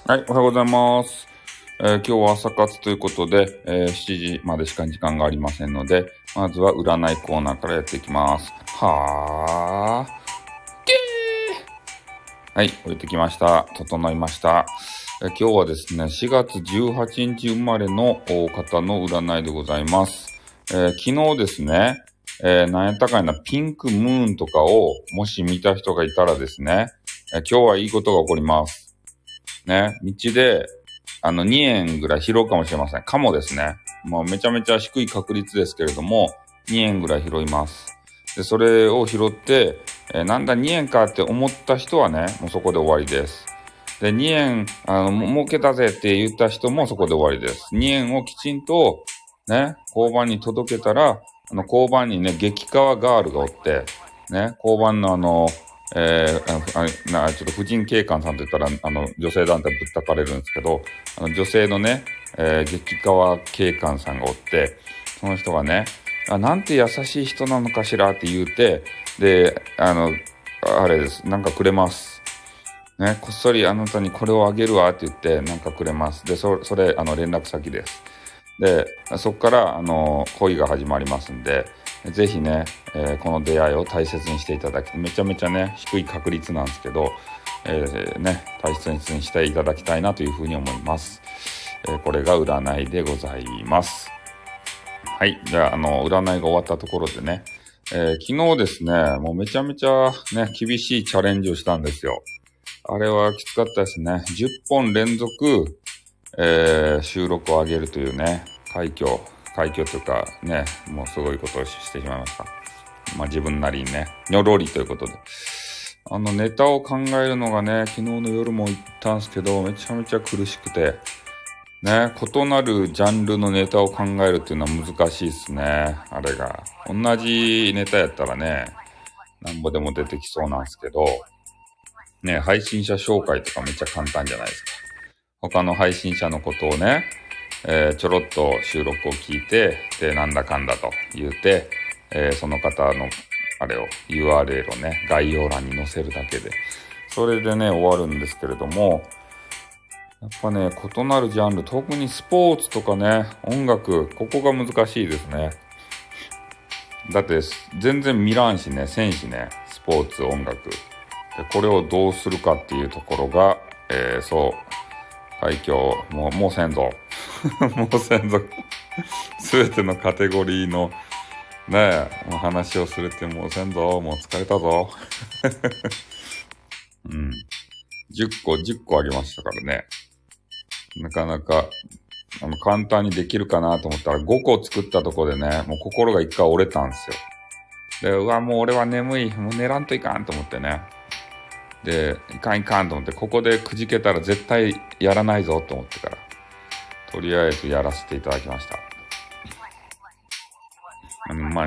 はい、おはようございます。今日は朝活ということで、7時までしか時間がありませんので、まずは占いコーナーからやっていきます。はー。はい、終えてきました。整いました。今日はですね、4月18日生まれの方の占いでございます。昨日ですね、なんやったかいなピンクムーンとかをもし見た人がいたらですね、今日はいいことが起こります。ね、道で、2円ぐらい拾うかもしれません。かもですね。もうめちゃめちゃ低い確率ですけれども、2円ぐらい拾います。で、それを拾って、なんだ2円かって思った人はね、もうそこで終わりです。で、2円、儲けたぜって言った人もそこで終わりです。2円をきちんと、ね、交番に届けたら、交番にね、激川ガールがおって、ね、交番のちょっと婦人警官さんと言ったら、女性団体ぶったかれるんですけど、女性のね、激川警官さんがおって、その人がね、なんて優しい人なのかしらって言うて、で、あれです。なんかくれます。ね、こっそりあなたにこれをあげるわって言って、なんかくれます。で、それ、連絡先です。で、そこから、恋が始まりますんで、ぜひね、この出会いを大切にしていただき、めちゃめちゃね、低い確率なんですけど、大切にしていただきたいなというふうに思います。これが占いでございます。はい。じゃあ、占いが終わったところでね、昨日ですね、もうめちゃめちゃね、厳しいチャレンジをしたんですよ。あれはきつかったですね。10本連続、収録を上げるというね、快挙というかね、もうすごいことをしてしまいました。まあ自分なりにね、にょろりということで。ネタを考えるのがね、昨日の夜も言ったんですけど、めちゃめちゃ苦しくて、ね、異なるジャンルのネタを考えるっていうのは難しいですね、あれが。同じネタやったらね、なんぼでも出てきそうなんですけど、ね、配信者紹介とかめっちゃ簡単じゃないですか。他の配信者のことをね、ちょろっと収録を聞いて、で、なんだかんだと言うて、その方の、あれを、URL をね、概要欄に載せるだけで、それでね、終わるんですけれども、やっぱね、異なるジャンル、特にスポーツとかね、音楽、ここが難しいですね。だって、全然見らんしね、せんしね、スポーツ、音楽。で、これをどうするかっていうところが、そう、快挙、もうせんぞ。もうせんぞ。すべてのカテゴリーの、ねえ、もう話をするってもうせんぞ。もう疲れたぞ。うん。10個あげましたからね。なかなか、簡単にできるかなと思ったら5個作ったとこでね、もう心が一回折れたんですよ。で、うわ、もう俺は眠い。もう寝らんといかんと思ってね。で、いかんいかんと思って、ここでくじけたら絶対やらないぞと思ってから、とりあえずやらせていただきました。まあ、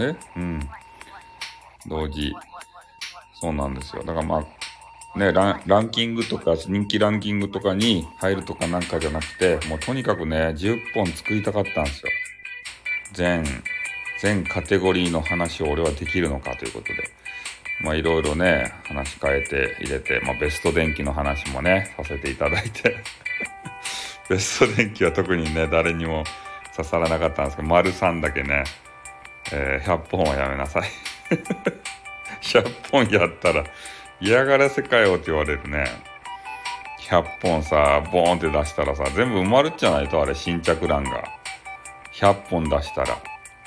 同時。そうなんですよ。だからまあ、ね、ランキングとか、人気ランキングとかに入るとかなんかじゃなくて、もうとにかくね、10本作りたかったんですよ。全カテゴリーの話を俺はできるのかということで。まあいろいろね、話変えて入れて、まあベスト電気の話もね、させていただいて。ベスト電気は特にね、誰にも刺さらなかったんですけど、丸3だけね、100本はやめなさい。100本やったら嫌がらせかよって言われるね。100本さ、ボーンって出したらさ、全部埋まるじゃないと、あれ、新着欄が。100本出したら。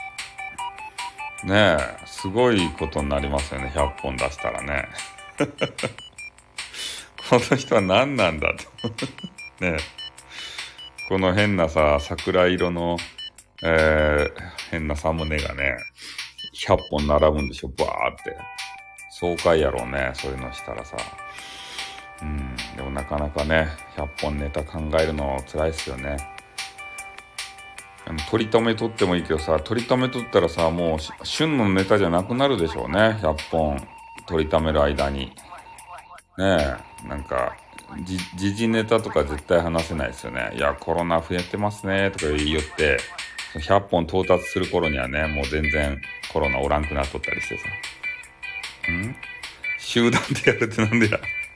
ねえ、すごいことになりますよね、100本出したらね。この人は何なんだと。ねえ、この変なさ、桜色の、変なサムネがね、100本並ぶんでしょ、バーって。爽快やろうね、そういうのしたらさ。でもなかなかね、100本ネタ考えるの辛いっすよね。取り留め取ってもいいけどさ、取り留め取ったらさ、もう旬のネタじゃなくなるでしょうね。100本取りためる間に。ねえ、なんか、時事ネタとか絶対話せないですよね。いや、コロナ増えてますね、とか言って、100本到達する頃にはね、もう全然コロナおらんくなっとったりしてさ。集団でやるってなんでや。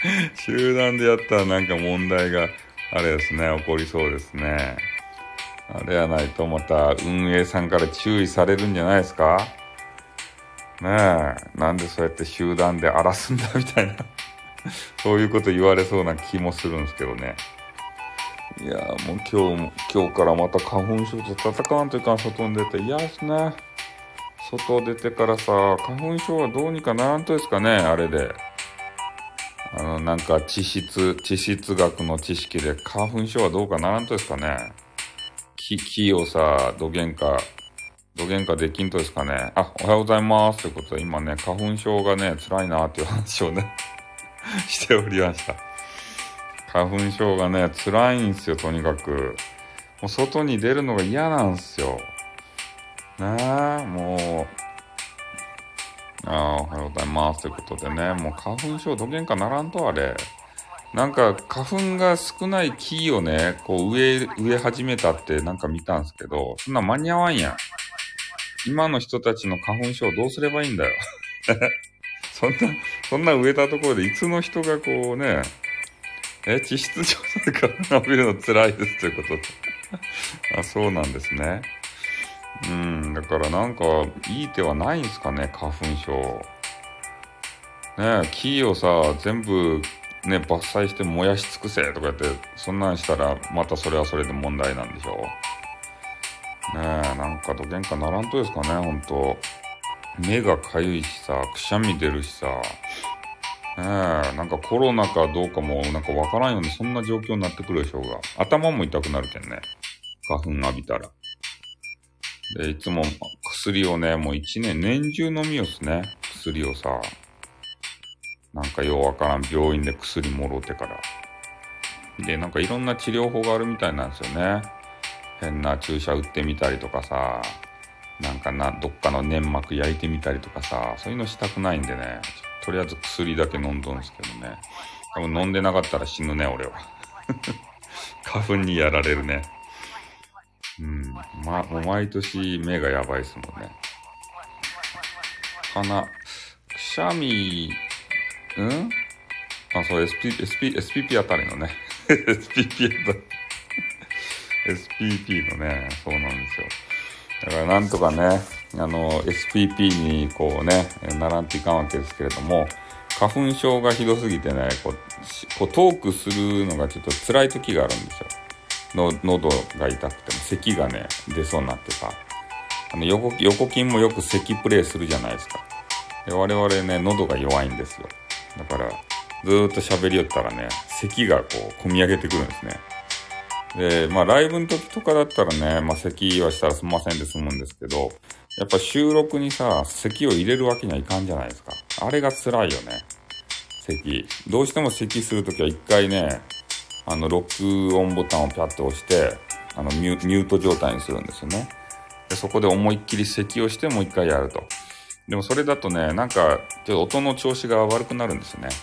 集団でやったらなんか問題が、あれですね、起こりそうですね。あれやないとまた運営さんから注意されるんじゃないですかねえ。なんでそうやって集団で荒らすんだみたいなそういうこと言われそうな気もするんですけどね。いやもう今日からまた花粉症と戦わんといかん。外に出て嫌ですね。外出てからさ、花粉症はどうにかならんとですかね、あれで。なんか地質学の知識で花粉症はどうかならんとですかね。木をさ、どげんかできんとですかね。あ、おはようございます。ということで、今ね、花粉症がね、辛いなっていう話をねしておりました。花粉症がね、辛いんすよ、とにかく。もう外に出るのが嫌なんすよ。ねえ、もう、おはようございます。ということでね、もう花粉症どげんかならんと、あれ。なんか、花粉が少ない木をね、こう植え始めたってなんか見たんすけど、そんな間に合わんやん。今の人たちの花粉症どうすればいいんだよ。そんな、そんな植えたところでいつの人がこうね、地質調査で花粉浴びるの辛いですということで。あ、そうなんですね。だからなんか、いい手はないんすかね、花粉症。ねえ、木をさ、全部ね、伐採して燃やし尽くせとか言って、そんなんしたら、またそれはそれで問題なんでしょねえ、なんかどげんかならんとですかね、ほんと。目がかゆいしさ、くしゃみ出るしさ、ねえ、なんかコロナかどうかもなんかわからんようにそんな状況になってくるでしょうが。頭も痛くなるけんね。花粉浴びたら。で、いつも薬をね、もう一年、年中飲みよっすね。薬をさ。なんかようわからん病院で薬もろうてから。で、なんかいろんな治療法があるみたいなんですよね。変な注射打ってみたりとかさ、なんかどっかの粘膜焼いてみたりとかさ、そういうのしたくないんでね、とりあえず薬だけ飲んどんですけどね。多分飲んでなかったら死ぬね、俺は。花粉にやられるね。もう毎年目がやばいですもんね。くしゃみ、あ、そう、SPP あたりのね。SPP あたり。SPP のね、そうなんですよ。だからなんとかね、SPP にこうね、ならんといかんわけですけれども、花粉症がひどすぎてね、こうトークするのがちょっと辛い時があるんですよ。喉が痛くても、咳がね、出そうになってさ。横筋もよく咳プレイするじゃないですか。で我々ね、喉が弱いんですよ。だから、ずーっと喋りよったらね、咳がこう、込み上げてくるんですね。で、まあ、ライブの時とかだったらね、まあ、咳はしたらすみませんで済むんですけど、やっぱ収録にさ、咳を入れるわけにはいかんじゃないですか。あれが辛いよね。咳。どうしても咳するときは一回ね、録音ボタンをピャッと押して、ミュート状態にするんですよね。で、そこで思いっきり咳をしてもう一回やると。でもそれだとね、なんか、ちょっと音の調子が悪くなるんですよね。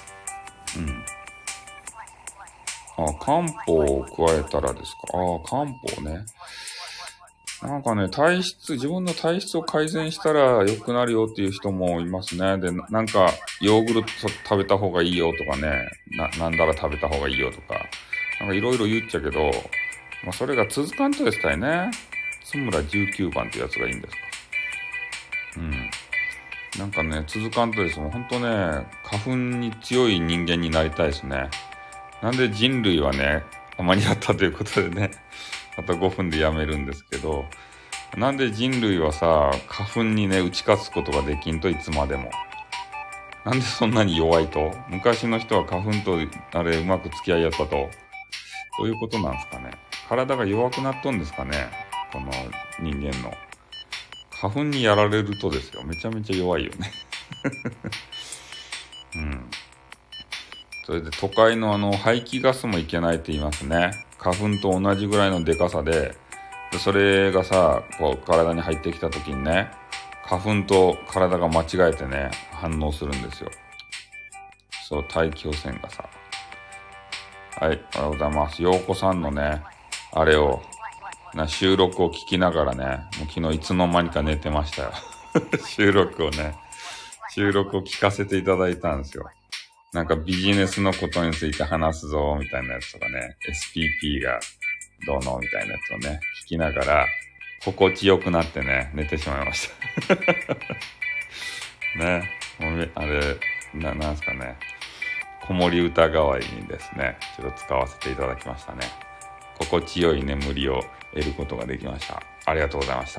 漢方を加えたらですか。漢方ね。なんかね、自分の体質を改善したら良くなるよっていう人もいますね。で、なんか、ヨーグルト食べた方がいいよとかね、なんだら食べた方がいいよとか、なんかいろいろ言っちゃうけど、まあそれが続かんとですたいね。津村19番ってやつがいいんですか。なんかね、続かんとですもん。ほんとね、花粉に強い人間になりたいですね。なんで人類はね、間に合ったということでね、あと5分でやめるんですけど、なんで人類はさ、花粉にね、打ち勝つことができんといつまでも。なんでそんなに弱いと。昔の人は花粉とあれうまく付き合いやったと。どういうことなんですかね。体が弱くなっとんですかね。この人間の。花粉にやられるとですよ。めちゃめちゃ弱いよね。それで都会の排気ガスもいけないって言いますね。花粉と同じぐらいのデカさで、それがさ、こう体に入ってきた時にね、花粉と体が間違えてね、反応するんですよ。そう、大気汚染がさ。はい、おはようございます。ようこさんのね、あれを、収録を聞きながらね、もう昨日いつの間にか寝てましたよ。収録を聞かせていただいたんですよ。 なんかビジネスのことについて話すぞ、みたいなやつとかね、SPP がどうの、みたいなやつをね、聞きながら、心地よくなってね、寝てしまいました。ね、あれ、なんすかね、子守歌代わりにですね、ちょっと使わせていただきましたね。心地よい眠りを得ることができました。ありがとうございました。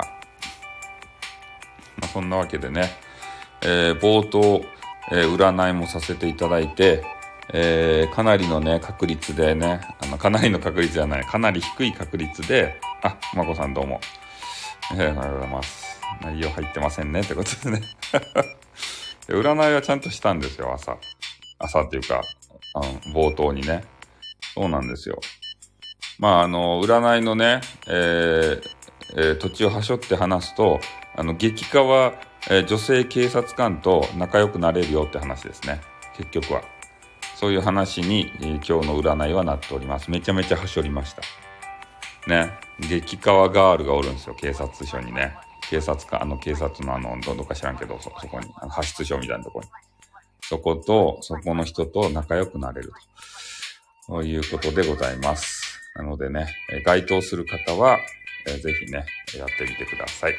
そんなわけでね、冒頭、占いもさせていただいて、かなりのね、確率でね、かなりの確率じゃない、かなり低い確率で、まこさんどうも。おはようございます。内容入ってませんねってことでね。占いはちゃんとしたんですよ、朝っていうか、冒頭にね。そうなんですよ。占いのね、土地をはしょって話すと、激化は、女性警察官と仲良くなれるよって話ですね。結局は。そういう話に、今日の占いはなっております。めちゃめちゃはしょりました。ね。激川ガールがおるんですよ、警察署にね。警察のどこか知らんけど、そこに、派出所みたいなところに。そこの人と仲良くなれるということでございます。なのでね、該当する方は、ぜひね、やってみてください。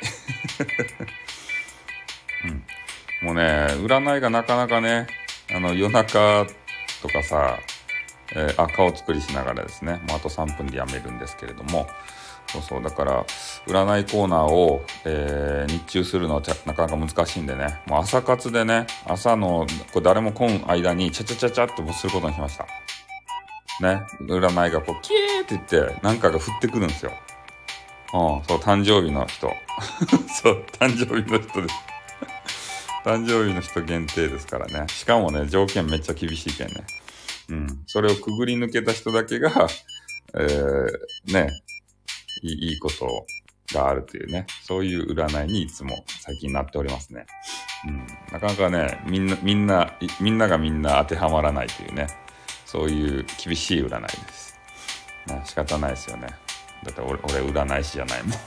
もうね、占いがなかなかね、夜中とかさ、顔作りしながらですね、もうあと3分でやめるんですけれども、だから、占いコーナーを、日中するのはなかなか難しいんでね、もう朝活でね、朝の、誰も来ん間に、ちゃっとすることにしました。ね、占いがキーって言って、なんかが降ってくるんですよ。誕生日の人。そう、誕生日の人です。誕生日の人限定ですからね。しかもね、条件めっちゃ厳しいけんね。それをくぐり抜けた人だけが、ね、いいことがあるというね、そういう占いにいつも最近なっておりますね。なかなかね、みんながみんな当てはまらないというね、そういう厳しい占いです。仕方ないですよね。だって俺占い師じゃないもん。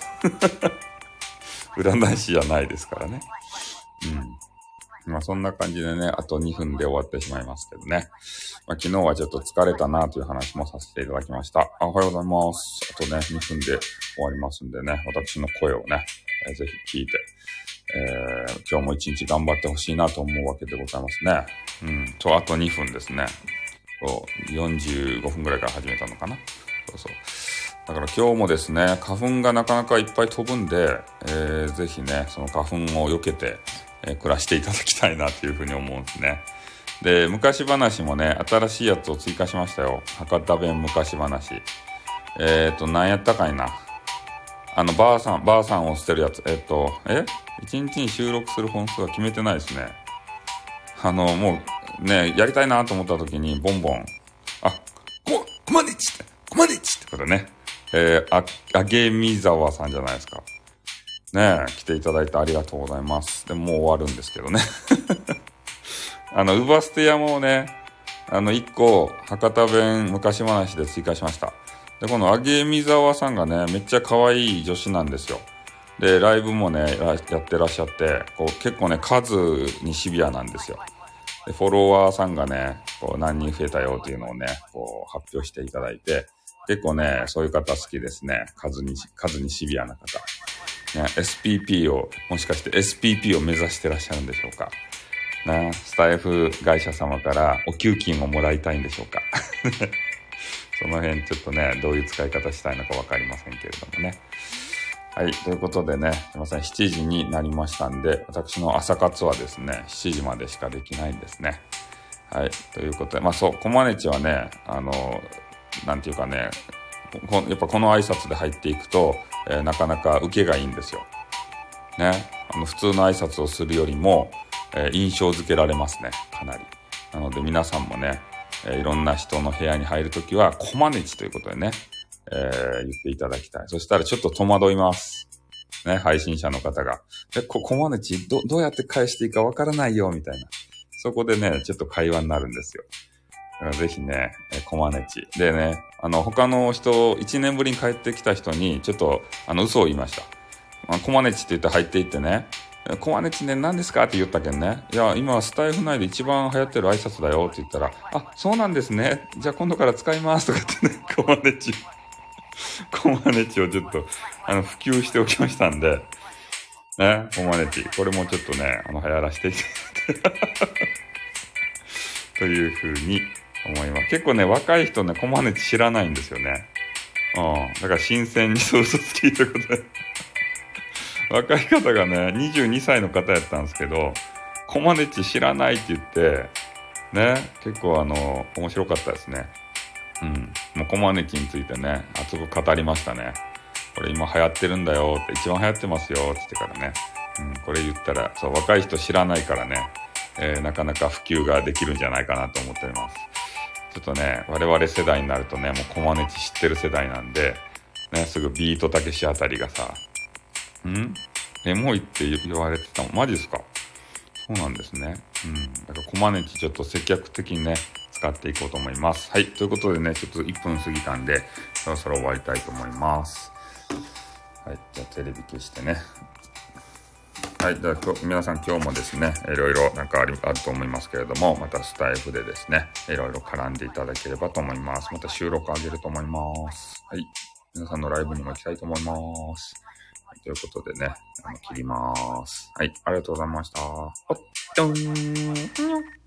占い師じゃないですからね。そんな感じでね、あと2分で終わってしまいますけどね。昨日はちょっと疲れたなという話もさせていただきました。おはようございます。あとね、2分で終わりますんでね、私の声をね、ぜひ聞いて、今日も一日頑張ってほしいなと思うわけでございますね。あと2分ですね。45分ぐらいから始めたのかな。だから今日もですね、花粉がなかなかいっぱい飛ぶんで、ぜひね、その花粉を避けて、暮らしていただきたいなというふうに思うんですね。で、昔話もね、新しいやつを追加しましたよ。博多弁昔話。何やったかいな。ばあさんを捨てるやつ。一日に収録する本数は決めてないですね。もうね、やりたいなと思った時に、ボンボン。コマネチってことね。あげみざわさんじゃないですか。ねえ、来ていただいてありがとうございます。でももう終わるんですけどね。ウバステ山をね、一個、博多弁昔話で追加しました。で、このあげみざわさんがね、めっちゃ可愛い女子なんですよ。で、ライブもね、やってらっしゃって、結構ね、数にシビアなんですよ。で、フォロワーさんがね、何人増えたよっていうのをね、発表していただいて、結構ね、そういう方好きですね。数にシビアな方。ね、SPP を、もしかして SPP を目指してらっしゃるんでしょうか。ね、スタイフ会社様からお給金をもらいたいんでしょうか。その辺ちょっとね、どういう使い方したいのかわかりませんけれどもね。はい、ということでね、すいません、7時になりましたんで、私の朝活はですね、7時までしかできないんですね。はい、ということで、コマネチはね、なんていうかね、やっぱこの挨拶で入っていくと、なかなか受けがいいんですよ。ね、普通の挨拶をするよりも、印象付けられますね、かなり。なので皆さんもね、いろんな人の部屋に入るときは、コマネチということでね、言っていただきたい。そしたらちょっと戸惑います。ね、配信者の方が。コマネチどうやって返していいかわからないよ、みたいな。そこでね、ちょっと会話になるんですよ。だからぜひね、コマネチ。でね、他の人、1年ぶりに帰ってきた人に、ちょっと、嘘を言いました。コマネチって言って入っていってね、 コマネチね、何ですかって言ったけんね。いや、今、スタイフ内で一番流行ってる挨拶だよって言ったら、あ、そうなんですね。じゃあ今度から使いますとかってね、コマネチ。コマネチをちょっと、普及しておきましたんで、ね、コマネチ。これもちょっとね、流行らせていただいてというふうに思います。結構ね、若い人ね、コマネチ知らないんですよね。うん。だから新鮮にそう嘘つきということで。若い方がね、22歳の方やったんですけど、コマネチ知らないって言って、ね、結構面白かったですね。うん。もうコマネチについてね、熱く語りましたね。これ今流行ってるんだよって、一番流行ってますよって言ってからね。うん、これ言ったら、そう、若い人知らないからね、なかなか普及ができるんじゃないかなと思っております。ちょっとね、我々世代になるとね、もうコマネチ知ってる世代なんで、ね、すぐビートたけしあたりがさ、エモいって言われてたもん。マジですか？そうなんですね。うん。だからコマネチちょっと積極的にね、使っていこうと思います。はい。ということでね、ちょっと1分過ぎたんで、そろそろ終わりたいと思います。はい。じゃあテレビ消してね。はい。じゃあ皆さん今日もですね、いろいろなんかあると思いますけれども、またスタイフでですね、いろいろ絡んでいただければと思います。また収録あげると思います。はい。皆さんのライブにも行きたいと思います。はい、ということでね、切ります。はい。ありがとうございました。おっとーん。